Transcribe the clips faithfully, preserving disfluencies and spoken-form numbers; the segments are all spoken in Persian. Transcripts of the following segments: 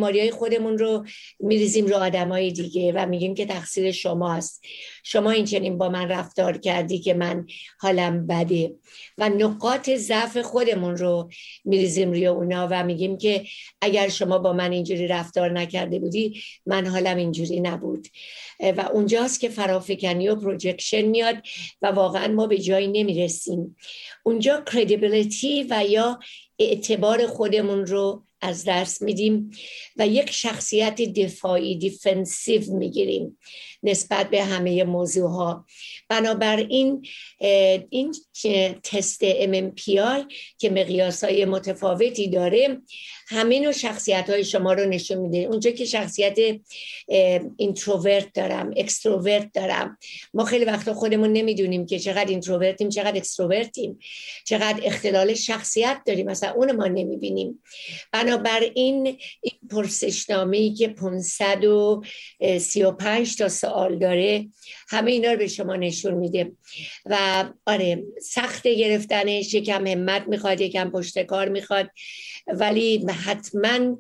بیماریای خودمون رو میریزیم رو آدمای دیگه و میگیم که تقصیر شماست، شما این چنین با من رفتار کردی که من حالم بده، و نقاط ضعف خودمون رو میریزیم روی اونا و میگیم که اگر شما با من اینجوری رفتار نکرده بودی من حالم اینجوری نبود. و اونجاست که فرافکنی و پروجکشن میاد و واقعا ما به جایی نمیرسیم. اونجا کردیبیلیتی و یا اعتبار خودمون رو از دست میدیم و یک شخصیت دفاعی دیفنسیو میگیریم نسبت به همه موضوع ها. بنابراین این تست ام ام پی آی که مقیاس های متفاوتی داره همه نوع شخصیت های شما رو نشون میده. اونجا که شخصیت اینتروورت دارم، اکستروورت دارم، ما خیلی وقتا خودمون نمیدونیم که چقدر اینتروورتیم، چقدر اکستروورتیم، چقدر اختلال شخصیت داریم، مثلا اون ما نمیبینیم. بنابراین این پرسشنامه‌ای که پانصد و سی و پنج تا سوال داره همه اینا رو به شما نشون میده و آره سخت گرفتنش، یکم همت میخواد، یکم پشت کار میخواد، ولی حتما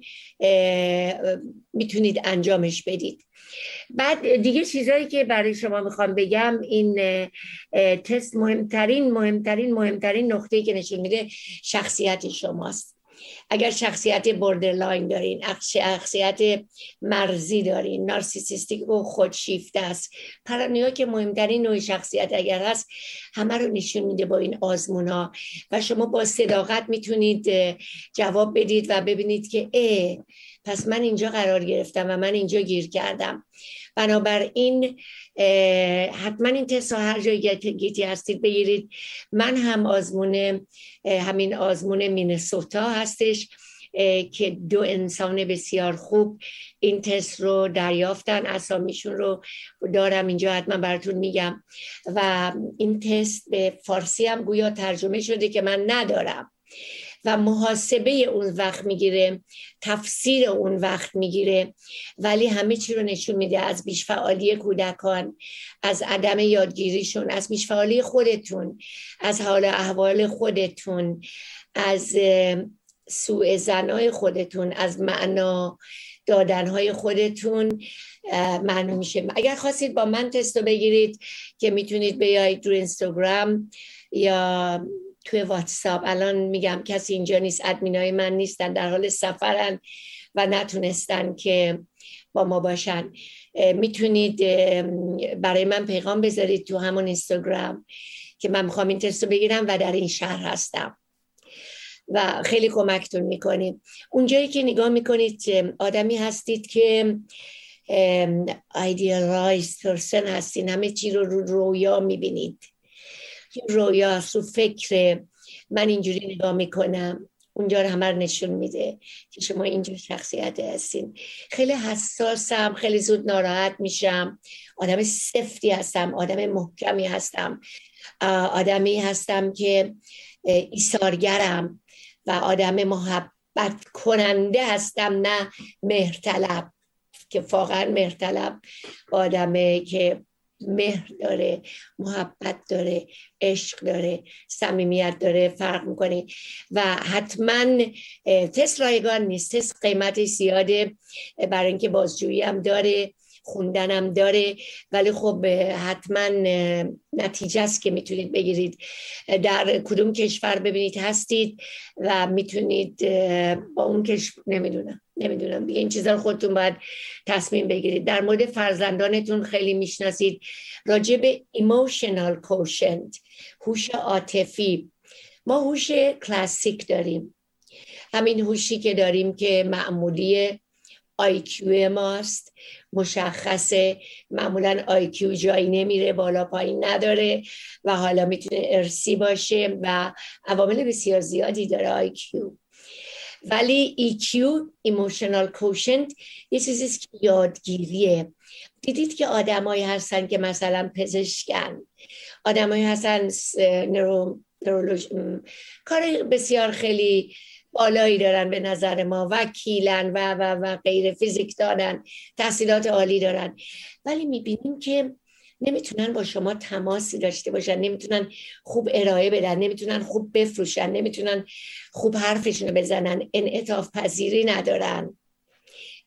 میتونید انجامش بدید. بعد دیگه چیزایی که برای شما میخوام بگم، این تست مهمترین مهمترین مهمترین نقطه‌ای که نشون میده شخصیت شماست. اگر شخصیت بوردرلاین دارین، شخصیت مرزی دارین، نارسیسیستیک و خودشیفته است، پرانویا که مهمترین نوع شخصیت اگر هست، همه رو نشون میده با این آزمونا و شما با صداقت میتونید جواب بدید و ببینید که اه پس من اینجا قرار گرفتم و من اینجا گیر کردم. بنابراین حتما این تست هر جایی گیتی هستید بگیرید. من هم آزمون همین آزمون مینسوتا هستش که دو انسان بسیار خوب این تست رو دریافتن، اسامیشون رو دارم اینجا حتما براتون میگم و این تست به فارسی هم گویا ترجمه شده که من ندارم و محاسبه اون وقت میگیره، تفسیر اون وقت میگیره، ولی همه چی رو نشون میده، از بیشفعالی کودکان، از عدم یادگیریشون، از بیشفعالی خودتون، از حال احوال خودتون، از سوء ظنای خودتون، از معنا دادنهای خودتون معلوم میشه. اگر خواستید با من تست رو بگیرید که میتونید بیایید رو اینستاگرام یا توی واتساپ. الان میگم کسی اینجا نیست، ادمینای من نیستن، در حال سفرن و نتونستن که با ما باشن. میتونید برای من پیغام بذارید تو همون اینستاگرام که من میخوام این تست رو بگیرم و در این شهر هستم و خیلی کمکتون میکنیم. اونجایی که نگاه میکنید آدمی هستید که ایدئالایزد پرسن هستین، همه چی رو رو رویا میبینید، رویا رو فکر من اینجوری نگاه میکنم، اونجا رو همه رو نشون میده که شما اینجور شخصیت هستین. خیلی حساسم، خیلی زود ناراحت میشم، آدم سفتی هستم، آدم محکمی هستم، آدمی هستم که ایثارگرم و آدم محبت کننده هستم، نه مهرطلب، که واقعا مهرطلب آدمه که مهر داره، محبت داره، عشق داره، صمیمیت داره، فرق میکنه. و حتما تست رایگان نیست، تست قیمتش زیاده برای اینکه بازجویی هم داره، خوندنم داره، ولی خب حتما نتیجه است که میتونید بگیرید در کدوم کشور ببینید هستید و میتونید با اون کشور، نمیدونم نمیدونم دیگه این چیزا رو خودتون باید تصمیم بگیرید. در مورد فرزندانتون خیلی میشناسید راجع به ایموشنال کوشنت، هوش عاطفی. ما هوش کلاسیک داریم، همین هوشی که داریم که معمولی آی کیو ماست، مشخصه، معمولا آی کیو جایی نمیره، بالا پایین نداره و حالا میتونه ارثی باشه و عوامل بسیار زیادی داره آی کیو. ولی ای کیو Emotional Quotient یه چیزیست که یادگیریه. دیدید که آدمایی هستن که مثلا پزشکن، آدمایی هستن نرو نرولوژ کار بسیار خیلی بالایی دارن به نظر ما، وکیلن و و و غیر، فیزیک دارن، تحصیلات عالی دارن، ولی میبینیم که نمیتونن با شما تماسی داشته باشن، نمیتونن خوب ارائه بدن، نمیتونن خوب بفروشن، نمیتونن خوب حرفشون رو بزنن، انعطاف پذیری ندارن.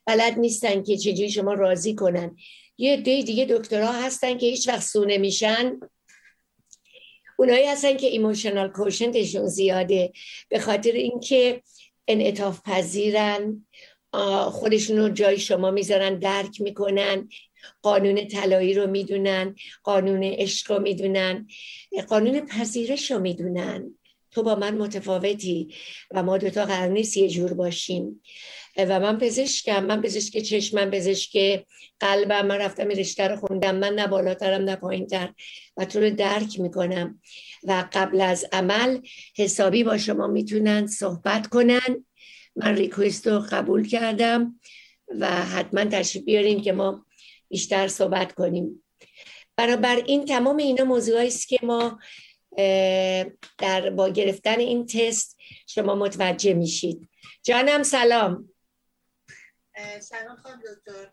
بلد نیستن که چجوری شما راضی کنن. یه عده دیگه دکترها هستن که هیچ وقت سو نمیشن، اونایی هستن که ایموشنال کوشنتشون زیاده، به خاطر اینکه انعطاف پذیرن، خودشون رو جای شما میذارن، درک میکنن، قانون طلایی رو میدونن، قانون عشق رو میدونن، قانون پذیرش رو میدونن. تو با من متفاوتی و ما دوتا قرار نیست یه جور باشیم. و من پزشکم، من پزشک چشم، من پزشک قلبم، من رفتم این رشته رو خوندم، من نه بالاترم نه پایینتر و تو رو درک میکنم و قبل از عمل حسابی با شما میتونن صحبت کنن. من ریکوست رو قبول کردم و حتما تشریف بیاریم که ما بیشتر صحبت کنیم. بنابراین تمام اینا موضوعی است که ما در با گرفتن این تست شما متوجه میشید. جانم سلام. سلام خانم دکتر.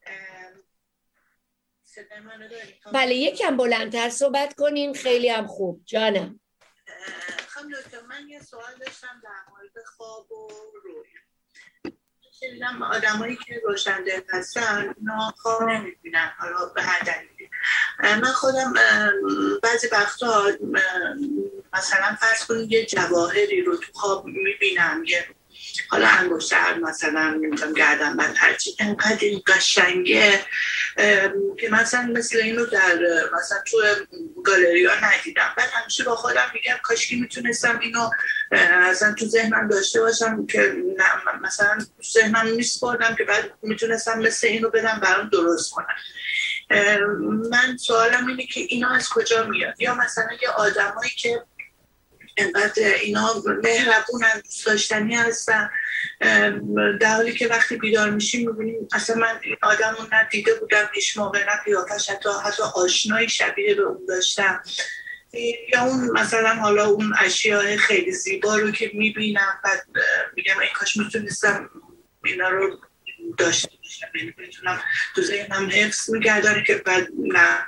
صدای منو دارید؟ بله یکم بلندتر صحبت کنین، خیلی هم خوب. جانم. خانم دکتر من یه سوال داشتم در مورد خواب و رویا. شنیدم آدمایی که روشن‌دل هستن اونا خواب نمی‌بینن، حالا به هر دلیلی. من خودم بعضی وقتا مثلا فرض کنید یه جواهری رو تو خواب می‌بینم، یه حالا انگشتر مثلا نمیدونم گردن من هرچی، انقدر این قشنگه که مثلا مثل اینو در مثلا تو گالری ها ندیدم. بعد همیشه با خودم میگم کاشکی میتونستم اینو مثلا تو ذهنم داشته باشم که مثلا تو ذهنم میسپردم که بعد میتونستم مثل اینو بدم برام درست کنم. من سوالم اینه که اینا از کجا میاد؟ یا مثلا یه آدمایی که انقدر اینا مهربونن، دوست داشتنی هستن، در حالی که وقتی بیدار میشیم میبینیم اصلا من این آدم رو ندیده بودم هیچ موقع، نه قیافش حتی حتی آشنایی شبیه به اون داشتم، یا اون مثلا حالا اون اشیاء خیلی زیبا رو که میبینم بعد میگم ای کاش میتونستم اینا رو داشته باشم، یعنی بتونم تو ذهنم حفظ میگردم که بعد نه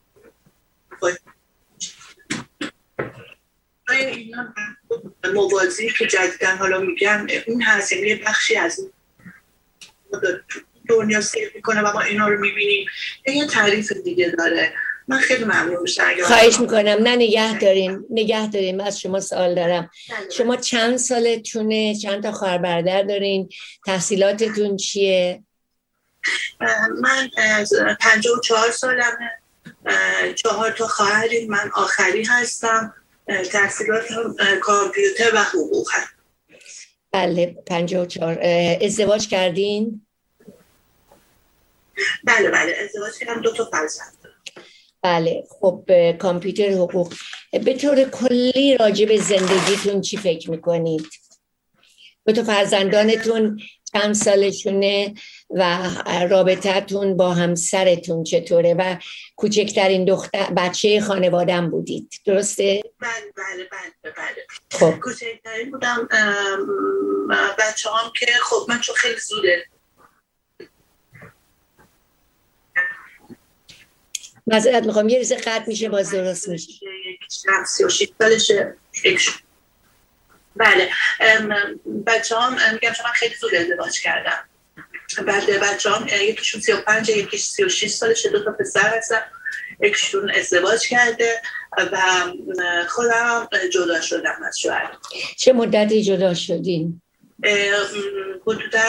اینا موازی که جدیدن حالا میگن اون هست، یعنی بخشی از دنیا سیر میکنه و ما اینا رو میبینیم. یه تعریف دیگه داره. من خیلی ممنون میشم. خواهش میکنم. نه نگه داریم نگه داریم از شما سوال دارم. شما چند سالتونه؟ چند تا خواهر برادر دارین؟ تحصیلاتتون چیه؟ من پنجاه و چهار سالمه، چهار تا خواهریم، من آخری هستم، تحصیلات کامپیوتر و حقوق هست. بله پنجاه و چهار. ازدواج کردین؟ بله بله ازدواج کردم، دو تا فرزند. بله خب کامپیوتر حقوق. به طور کلی راجع به زندگیتون چی فکر میکنید؟ دو تا فرزندانتون چند سالشونه و رابطتون با همسرتون چطوره و کوچکترین دختر بچه خانواده‌ام بودید درسته؟ بله بله بله بله خب کوچکترین بودم بچه هم که خب من چون خیلی زوده معذرت میخوام یه ریزه قطع میشه باز درست میشه. سی و شش سالشه. بله بچه هم میگم چون من خیلی زود ازدواج کردم. بعد بچه هم یکیشون سی و پنج یکیش سی و شش سالشه، دو تا پسر هستن، یکیشون ازدواج کرده و خودم جدا شدم از شوهرم. چه مدتی جدا شدین؟ حدوداً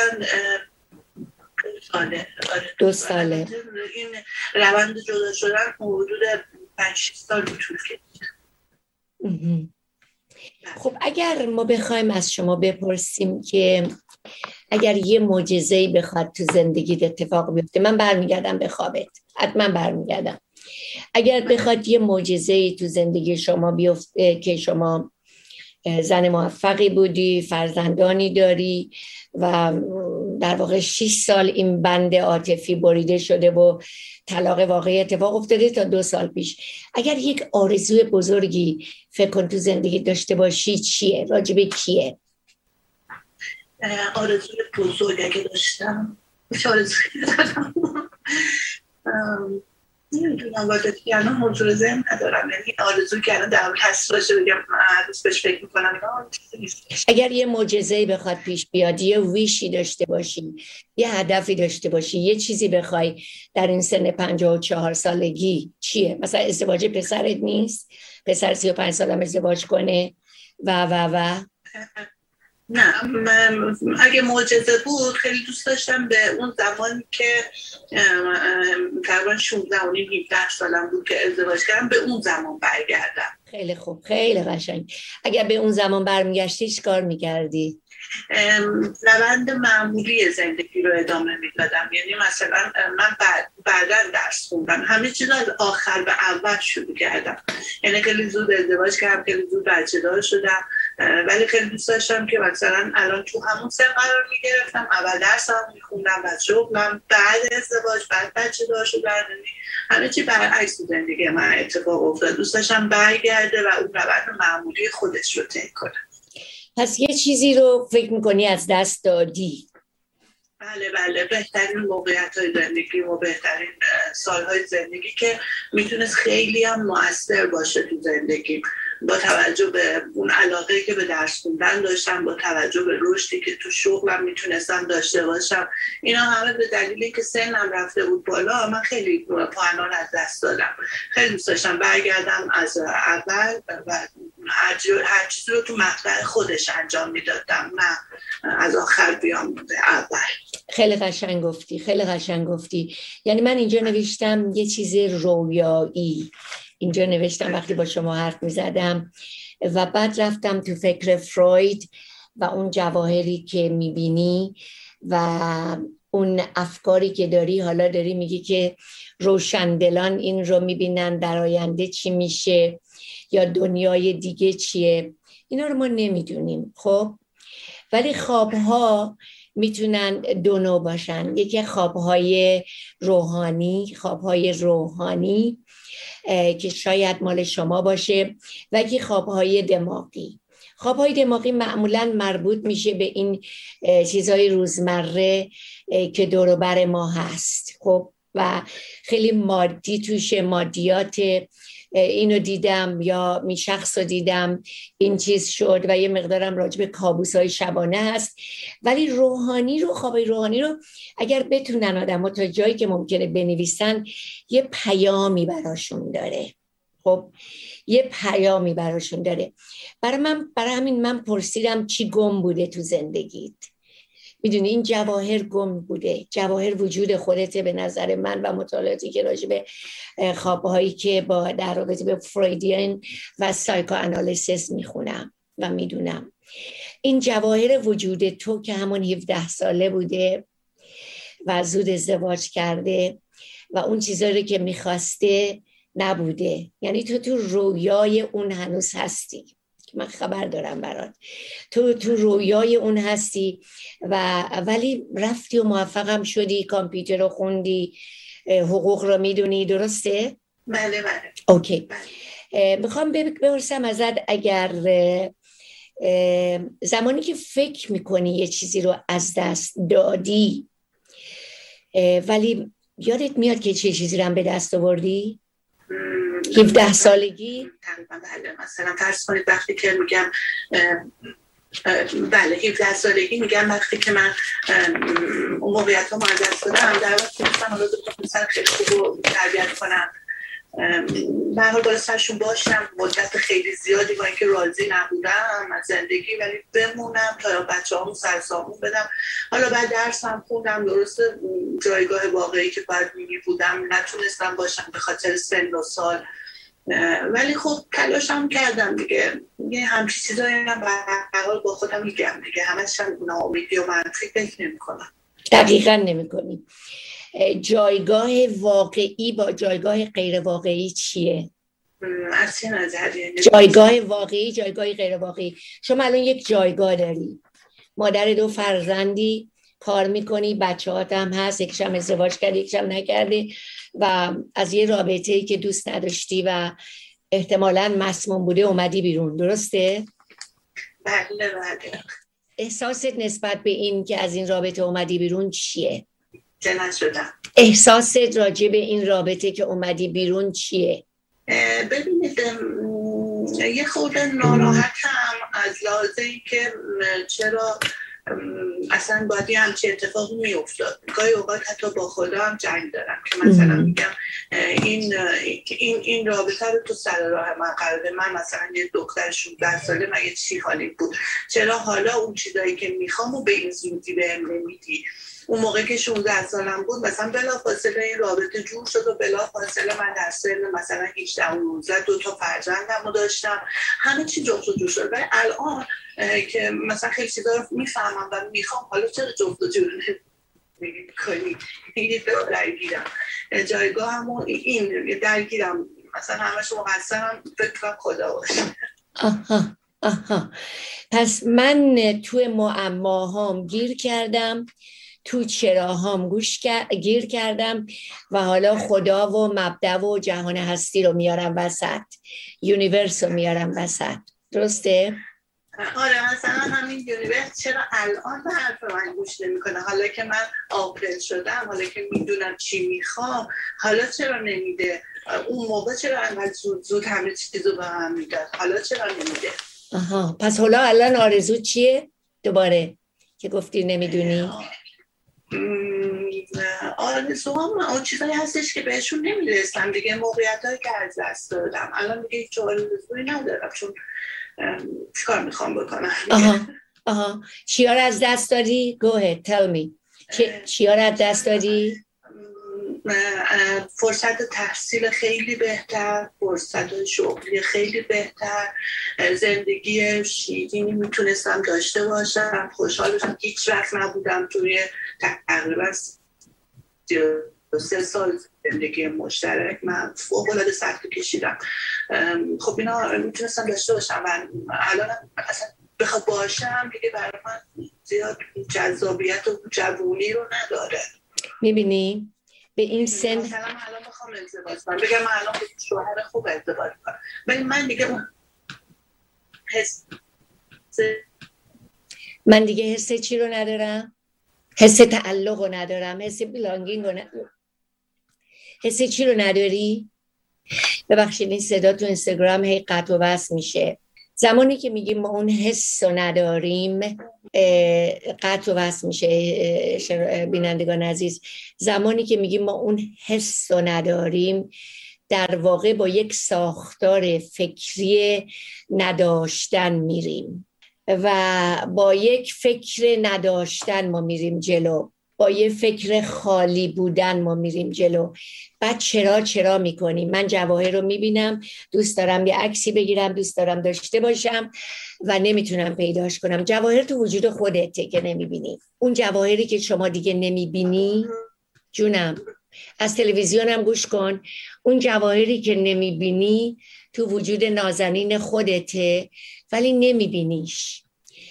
ساله. دو ساله. این روند جدا شدن حدود پنج شش سال طول کشید. خب اگر ما بخوایم از شما بپرسیم که اگر یه معجزه‌ای بخواد تو زندگیت اتفاق بیفته، من برمیگردم به خوابت، حتما برمیگردم. اگر بخواد یه معجزه‌ای تو زندگی شما بیفته که شما زن موفقی بودی، فرزندانی داری و در واقع شش سال این بند عاطفی بریده شده و طلاق واقعی اتفاق افتاده تا دو سال پیش، اگر یک آرزوی بزرگی فکر کن تو زندگی داشته باشی چیه؟ راجب کیه؟ آرزوی بزرگ اگه داشتم چه آرزوی دارم؟ نمیدونم والا که الان حضور ذهن ندارم، یعنی آرزو که الان در هست باشه بگم هر روز بهش فکر میکنم. اگر یه معجزه‌ای بخواد پیش بیاد، یه ویشی داشته باشی، یه هدفی داشته باشی، یه چیزی بخوای در این سن پنجاه و چهار سالگی، چیه؟ مثلا ازدواج پسرت نیست؟ پسر سی و پنج سال هم ازدواج کنه و و و نه، من اگه معجزه بود خیلی دوست داشتم به اون زمانی که تقریبا شانزده و نیم هفده سالم بود که ازدواج کردم، به اون زمان برگردم. خیلی خوب، خیلی قشنگ. اگر به اون زمان برمیگشتی چی کار میکردی؟ روند معمولی زندگی رو ادامه میدادم. یعنی مثلا من بعد بعدا درس خوندم، همه چیز از آخر به اول شروع کردم. یعنی خیلی زود ازدواج کردم، خیلی زود بچه دار شدم، ولی خیلی دوست داشتم که مثلا الان تو همون سن قرار میگرفتم، اول درسم میخوندم، بعد شغلم، بعد ازدواج، بعد بچه دار شدن. همه چی برعکس زندگی من اتفاق افتاد. دوست داشتم برگرده و اون روند معمولی خودش رو طی کنه. پس یه چیزی رو فکر میکنی از دست دادی؟ بله بله، بهترین موقعیت‌های زندگی و بهترین سالهای زندگی که میتونست خیلی هم مؤثر باشه تو زندگی، با توجه به اون علاقه‌ای که به درس خوندن داشتم، با توجه به رشدی که تو شغلم میتونستم داشته باشم. اینا همه به دلیل اینکه سنم رفته بود بالا، من خیلی پاهنا از دست دادم. خیلی دوست داشتم برگردم از اول و هر, هر چیزی رو تو مقطع خودش انجام میدادم، نه از آخر بیام اول. خیلی قشنگ گفتی، خیلی قشنگ گفتی. یعنی من اینجا نوشتم یه چیز رویایی، اینجا نوشتم وقتی با شما حرف می زدم و بعد رفتم تو فکر فروید و اون جواهری که می بینی و اون افکاری که داری. حالا داری میگی که روشندلان این رو می بینن در آینده چی میشه یا دنیای دیگه چیه، اینا رو ما نمیدونیم. خب ولی خوابها میتونن دو نوع باشن، یکی خوابهای روحانی، خوابهای روحانی که شاید مال شما باشه، و یکی خوابهای دماغی. خوابهای دماغی معمولا مربوط میشه به این چیزهای روزمره که دور و بر ما هست، خب و خیلی مادی توشه، مادیات اینو دیدم یا می شخص رو دیدم این چیز شد و یه مقدارم راجع به کابوس‌های شبانه هست. ولی روحانی رو، خواب روحانی رو اگر بتونن آدم ها تا جایی که ممکنه بنویسن، یه پیامی براشون داره. خب یه پیامی براشون داره. برای من، برای همین من پرسیدم چی گم بوده تو زندگیت. میدونی این جواهر گم بوده، جواهر وجود خودته به نظر من و مطالعاتی که راجع به خوابهایی که با در رابطه به فرویدین و سایکو آنالیسیس میخونم و میدونم این جواهر وجود تو که همون هفده ساله بوده و زود ازدواج کرده و اون چیزایی که میخواسته نبوده. یعنی تو تو رویای اون هنوز هستی، من خبر دارم برات، تو تو رویای اون هستی و ولی رفتی و موفقم شدی، کامپیوتر رو خوندی، حقوق رو میدونی، درسته؟ بله بله. اوکی. میخوام بپرسم ازت، اگر زمانی که فکر میکنی یه چیزی رو از دست دادی ولی یادت میاد که چه چیزی رو هم به دست آوردی؟ هفده سالگی؟ بله، مثلا فرض کنید وقتی که میگم بله هفده سالگی میگم وقتی که من اون موقعیت رو از دست دادم، در وقتی که من رو مثلا خیلی خوب رو تربیت کنم، من رو باید سرشون باشم مدت خیلی زیادی با اینکه راضی نبودم از زندگی، ولی بمونم تا بچه همون سرسامون بدم. حالا بعد درسم خوندم، درسته جایگاه واقعی که باید میمی بودم نتونستم باشم به خاطر سن و سال، ولی خب تلاشم کردم دیگه. یه همچین چیزایی هم برحال با خودم میگم دیگه، همش هم ناامیدی و منفی فکر نمی کنم. دقیقا نمی کنیم. جایگاه واقعی با جایگاه غیر واقعی چیه؟ از چه نظریه؟ جایگاه واقعی، جایگاه غیر واقعی. شما الان یک جایگاه داری، مادر دو فرزندی، کار میکنی، بچه هات هم هست، یکشم ازدواج کردی یکشم نکردی و از یه رابطه‌ای که دوست نداشتی و احتمالاً مسموم بوده اومدی بیرون، درسته؟ بله بله. احساست نسبت به این که از این رابطه اومدی بیرون چیه؟ چه نشدم. احساست راجع به این رابطه که اومدی بیرون چیه؟ ببینید یه خورده ناراحتم از لحاظه ای که چرا اصلا باید یه همچه اتفاقی می افتاد. گاهی اوقات حتی با خدا هم جنگ دارم که مثلا میگم این این این رابطه رو تو سر راه من قراره، من مثلا یه دختر شانزده ساله مگه چی حالی بود، چرا حالا اون چیزایی که میخوام و به این زودی بهم نمیدی؟ اون موقع که شانزده سالم بود مثلا بلافاصله این رابطه جور شد و بلافاصله من در سن مثلا هجده نوزده دو تا فرزندم رو داشتم، همه چی جفت و جور شد. ولی الان که مثلا خیلی چیزا رو میفهمم و میخوام، حالا چرا جفت و جور میکنی؟ یه درگیرم جایگاه همون این درگیرم، مثلا همش مقصرم فکرم خدا باشه. آها آها پس من توی معماهام گیر کردم، تو چراهام گوش گیر کردم و حالا خدا و مبدأ و جهان هستی رو میارم وسط، یونیورس رو میارم وسط. درسته؟ آره مثلا همین یونیورس چرا الان به حرف من گوش نمیکنه؟ حالا که من عاقل شدم، حالا که میدونم چی میخوام، حالا چرا نمیده؟ اون موقع چرا انقدر زود زود همه چیزو به من میداد، حالا چرا نمیده؟ آها پس حالا الان آرزو چیه؟ دوباره که گفتی نمیدونی. آرزو هم اون چیزایی هستش که بهشون نمیرسم دیگه، موقعیت هایی که از دست دادم. الان دیگه هیچ آرزویی ندارم چون چیکار میخوام بکنم. آها آها چیا رو از دست دادی؟ Go ahead tell me. چیا رو از دست دادی؟ فرصت تحصیل خیلی بهتر، فرصت شغلی خیلی بهتر، زندگی شیرینی میتونستم داشته باشم، خوشحالشم. هیچ وقت نبودم توی تقریبا سه سال زندگی مشترک من فوق العاده سخت کشیدم. خب اینا میتونستم داشته باشم و الان اصلا بخواد باشم دیگه برای من زیاد جذابیت و جوونی رو نداره. میبینی؟ به این سن مثلا من الان بخوام ازدواج کنم بگم من الان با شوهر خوب ازدواج کنم، ولی من دیگه اون حس من دیگه حس چی رو ندارم؟ حس تعلق رو ندارم، حس بیلانگینگ رو ندارم. حس چی رو نداری؟ ببخشید این صدا تو اینستاگرام هی قطع و وصل میشه. زمانی که میگیم ما اون حس رو نداریم قطع و وصل میشه بینندگان عزیز. زمانی که میگیم ما اون حس رو نداریم در واقع با یک ساختار فکری نداشتن میریم و با یک فکر نداشتن ما میریم جلو، با یه فکر خالی بودن ما میریم جلو. بعد چرا چرا میکنیم؟ من جواهر رو میبینم، دوست دارم یه عکسی بگیرم، دوست دارم داشته باشم و نمیتونم پیداش کنم. جواهر تو وجود خودته که نمیبینی. اون جواهری که شما دیگه نمیبینی، جونم از تلویزیونم گوش کن، اون جواهری که نمیبینی تو وجود نازنین خودته ولی نمیبینیش،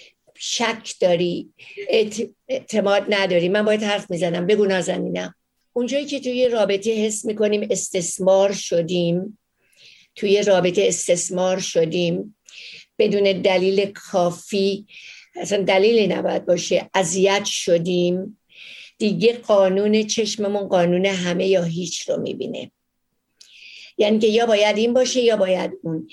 شک داری، اعتماد نداری. من باید حرف میزنم، بگو نازنینم. اونجایی که توی رابطه حس میکنیم استثمار شدیم، توی رابطه استثمار شدیم بدون دلیل کافی، اصلا دلیلی نباید باشه، اذیت شدیم، دیگه قانون چشممون قانون همه یا هیچ رو میبینه. یعنی که یا باید این باشه یا باید اون.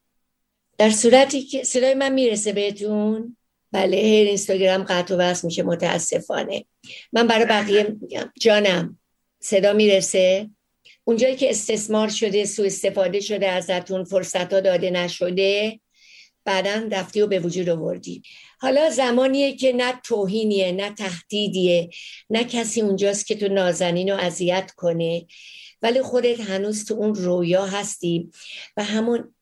در صورتی که صدای من میرسه بهتون؟ بله اینستاگرام قطع و وصل میشه متاسفانه. من برای بقیه میگم جانم صدا میرسه؟ اونجایی که استثمار شده، سوء استفاده شده ازتون، فرصت ها داده نشده، بعداً رفتی و به وجود آوردی. حالا زمانیه که نه توهینیه نه تهدیدیه، نه کسی اونجاست که تو نازنین رو اذیت کنه، ولی خودت هنوز تو اون رویا هستی و همون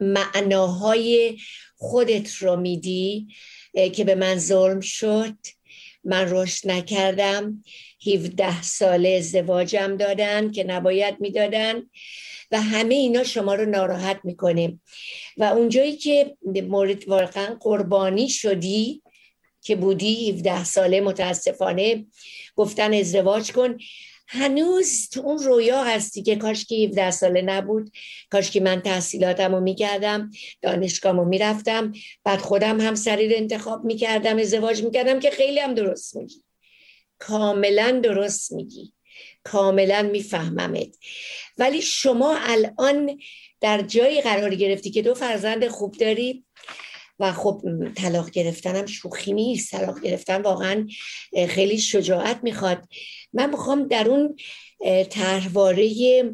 معناهای خودت رو میدی که به من ظلم شد، من رشد نکردم، هفده ساله ازدواجم دادن که نباید میدادن و همه اینا شما رو ناراحت میکنه. و اونجایی که مورد واقعا قربانی شدی که بودی هفده ساله، متاسفانه گفتن ازدواج کن، هنوز تو اون رویا هستی که کاش که هفده ساله نبود، کاش که من تحصیلاتم رو میکردم، دانشگاه رو میرفتم، بعد خودم هم سریر انتخاب میکردم، ازدواج میکردم، که خیلی هم درست میگی. کاملا درست میگی، کاملا میفهممت. ولی شما الان در جایی قرار گرفتی که دو فرزند خوب داری و خب طلاق گرفتنم شوخی نیست. طلاق گرفتن واقعا خیلی شجاعت میخواد. من میخوام در اون طرحواره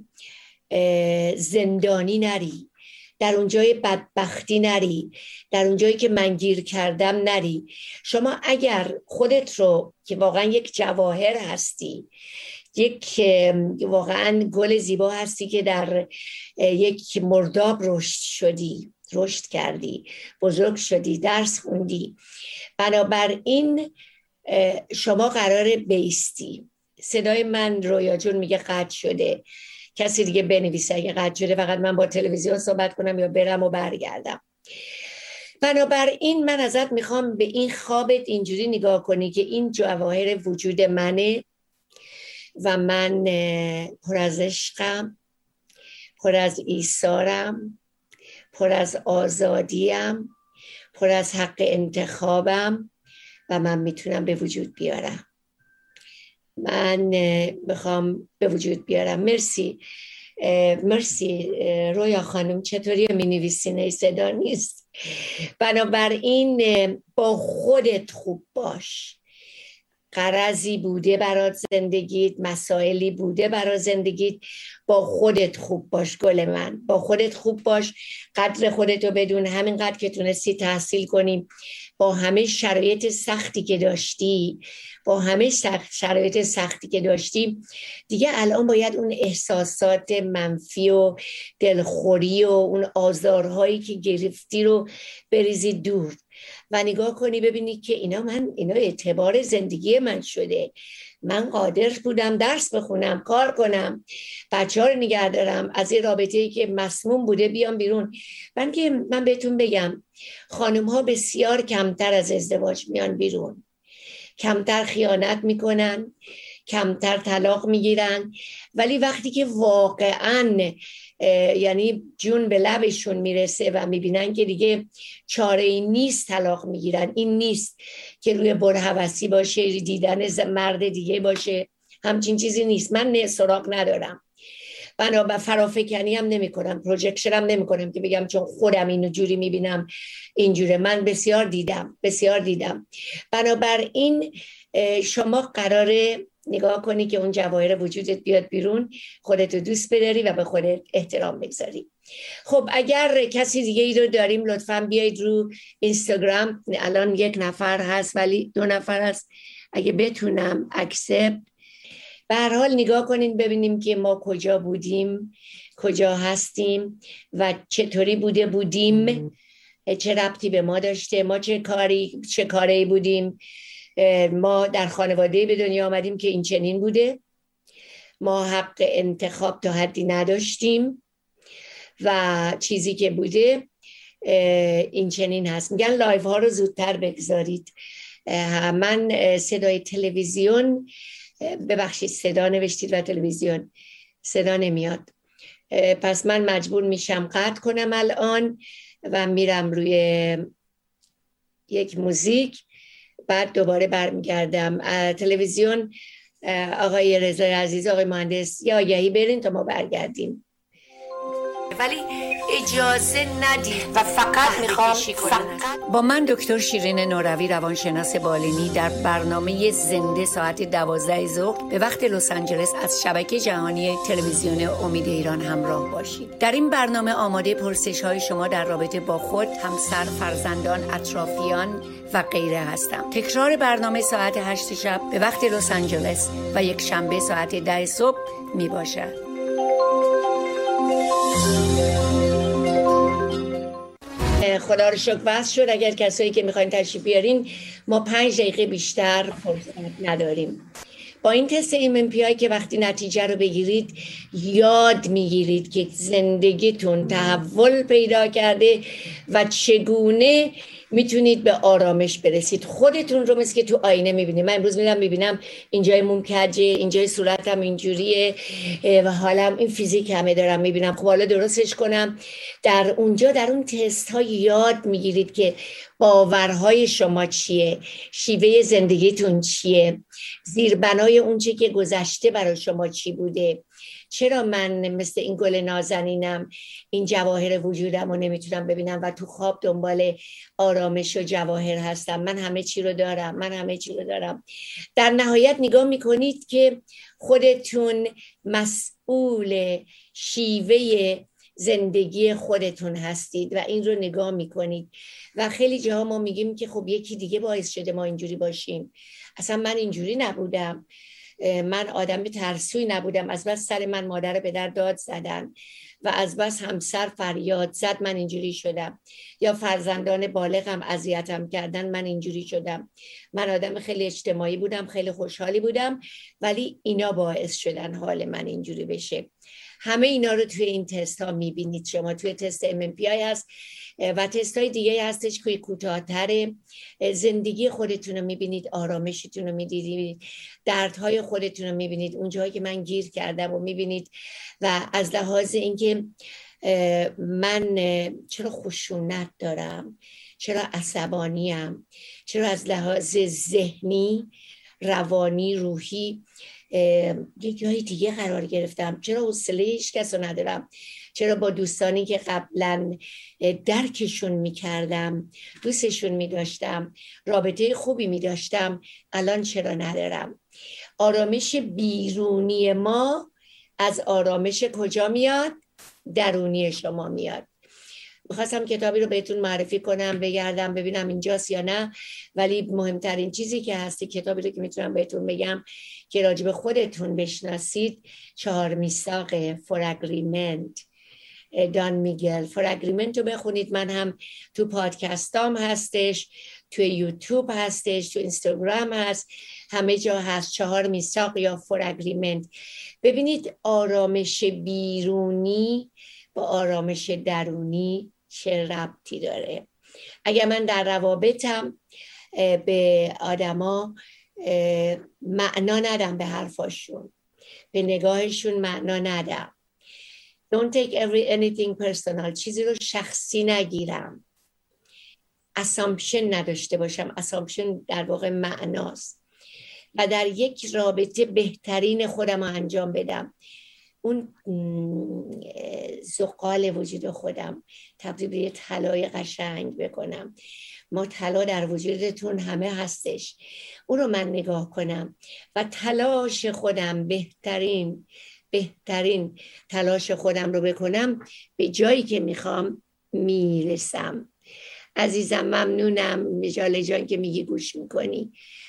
زندانی نری، در اون جای بدبختی نری، در اون جایی که من گیر کردم نری. شما اگر خودت رو که واقعا یک جواهر هستی، یک واقعا گل زیبا هستی که در یک مرداب رشد شدی، رشد کردی، بزرگ شدی، درس خوندی، بنابراین شما قراره بیستی. صدای من رویا جون میگه قطع شده، کسی دیگه بنویسه اگه قطع شده، فقط من با تلویزیون صحبت کنم یا برم و برگردم. بنابراین من ازت میخوام به این خوابت اینجوری نگاه کنی که این جواهر وجود منه و من پر از عشقم، پر از ایثارم، پر از آزادیم، پر از حق انتخابم و من میتونم به وجود بیارم. من میخوام به وجود بیارم. مرسی مرسی رویا خانم. چطوری می نویسین؟ ای صدا نیست. بنابراین با خودت خوب باش. غرضی بوده برات زندگیت، مسائلی بوده برات زندگیت، با خودت خوب باش گل من. با خودت خوب باش، قدر خودتو بدون. همینقدر که تونستی تحصیل کنیم، با همه شرایط سختی که داشتی، با همه شرایط سختی که داشتی دیگه الان باید اون احساسات منفی و دلخوری و اون آزارهایی که گرفتی رو بریزی دور و نگاه کنی ببینی که اینا من اینا اعتبار زندگی من شده. من قادر بودم درس بخونم، کار کنم، بچه ها رو نگه دارم، از این رابطه‌ای که مسموم بوده بیام بیرون. من که من بهتون بگم خانم ها بسیار کمتر از ازدواج میان بیرون، کمتر خیانت میکنن، کمتر طلاق میگیرن، ولی وقتی که واقعاً یعنی جون به لبشون میرسه و میبینن که دیگه چاره ای نیست، طلاق میگیرن. این نیست که روی برهوسی باشه، دیدن مرد دیگه باشه، همچین چیزی نیست. من سراغ ندارم، بنابراین فرافکنی هم نمی کنم، پروژکشن هم نمی کنم که بگم چون خودم اینو جوری میبینم اینجوره. من بسیار دیدم بسیار دیدم بنابراین شما قراره نگاه کنی که اون جواهر وجودت بیاد بیرون، خودتو دوست بداری و به خودت احترام بگذاری. خب اگر کسی دیگه ای رو داریم لطفاً بیایید رو اینستاگرام. الان یک نفر هست ولی دو نفر هست، اگه بتونم اکسپت. به هر حال نگاه کنین ببینیم که ما کجا بودیم، کجا هستیم و چطوری بوده بودیم، چه ربطی به ما داشته، ما چه کاری چه کاری بودیم. ما در خانواده به دنیا آمدیم که این چنین بوده، ما حق انتخاب تا حدی نداشتیم و چیزی که بوده این چنین هست. میگن لایف ها رو زودتر بگذارید. من صدای تلویزیون، ببخشید صدا نوشتید و تلویزیون صدا نمیاد، پس من مجبور میشم قطع کنم الان و میرم روی یک موزیک، بعد دوباره برمیگردم. تلویزیون آقای رضا عزیز، آقای مهندس یا آگهی برین تا ما برگردیم، ولی اجازه ندید و فقط میخوام فقط با من دکتر شیرین نوروی روانشناس بالینی در برنامه زنده ساعت دوازده ظهر به وقت لس آنجلس از شبکه جهانی تلویزیون امید ایران همراه باشید. در این برنامه آماده پرسش های شما در رابطه با خود، همسر، فرزندان، اطرافیان و غیره هستم. تکرار برنامه ساعت هشت شب به وقت لس آنجلس و یک شنبه ساعت ده صبح می باشد. خدا رو شکر بس شد. اگر کسایی که میخواین تشریف بیارین، ما پنج دقیقه بیشتر فرصت نداریم. با این تست ام ام پی آی که وقتی نتیجه رو بگیرید یاد میگیرید که زندگیتون تحول پیدا کرده و چگونه میتونید به آرامش برسید. خودتون رو مثل که تو آینه میبینید. من امروز میرم میبینم اینجای موم کجه، اینجای صورتم اینجوریه و حالم این فیزیک همه دارم میبینم. خب حالا درستش کنم. در اونجا در اون تست ها یاد میگیرید که باورهای شما چیه، شیوه زندگیتون چیه، زیربنای اون چی که گذشته برای شما چی بوده. چرا من مثل این گل نازنینم این جواهر وجودم رو نمیتونم ببینم و تو خواب دنبال آرامش و جواهر هستم؟ من همه چی رو دارم، من همه چی رو دارم. در نهایت نگاه میکنید که خودتون مسئول شیوه زندگی خودتون هستید و این رو نگاه میکنید. و خیلی جاها ما میگیم که خب یکی دیگه باعث شده ما اینجوری باشیم. اصلا من اینجوری نبودم، من آدم ترسوی نبودم، از بس سر من مادر پدر داد زدن و از بس همسر فریاد زد من اینجوری شدم، یا فرزندان بالغم اذیتم کردن من اینجوری شدم. من آدم خیلی اجتماعی بودم، خیلی خوشحالی بودم، ولی اینا باعث شدن حال من اینجوری بشه. همه اینا رو توی این تست ها میبینید شما. توی تست ام ام پی آی هست و تست های دیگه هستش که کوتاه‌تر. زندگی خودتون رو میبینید، آرامشتون رو میبینید، دردهای خودتون رو میبینید، اون جایی که من گیر کردم و میبینید. و از لحاظ اینکه من چرا خشونت دارم، چرا عصبانیم، چرا از لحاظ ذهنی، روانی، روحی یه جای دیگه قرار گرفتم، چرا حوصله هیچ کس رو ندارم، چرا با دوستانی که قبلا درکشون میکردم، دوستشون میداشتم، رابطه خوبی میداشتم، الان چرا ندارم. آرامش بیرونی ما از آرامش کجا میاد؟ درونی شما میاد. میخواستم کتابی رو بهتون معرفی کنم، بگردم ببینم اینجاست یا نه، ولی مهمترین چیزی که هستی، کتابی رو که میتونم بهتون بگم که راجب خودتون بشناسید، چهار میثاق فور اگریمنت دان میگل. فور اگریمنت رو بخونید. من هم تو پادکستام هستش، تو یوتیوب هستش، تو اینستاگرام هست، همه جا هست. چهار میثاق یا فور اگریمنت. ببینید آرامش بیرونی با آرامش درونی چه ربطی داره. اگر من در روابطم به آدما معنا ندم، به حرفاشون، به نگاهشون معنا ندم، don't take every anything personal، چیزی رو شخصی نگیرم، assumption نداشته باشم. assumption در واقع معناست. و در یک رابطه بهترین خودم رو انجام بدم، اون زغال وجود خودم تبدیل به یه طلای قشنگ بکنم. ما طلا در وجودتون همه هستش، اون رو من نگاه کنم و تلاش خودم، بهترین بهترین تلاش خودم رو بکنم، به جایی که میخوام میرسم. عزیزم ممنونم، مجال جان که میگی گوش میکنی.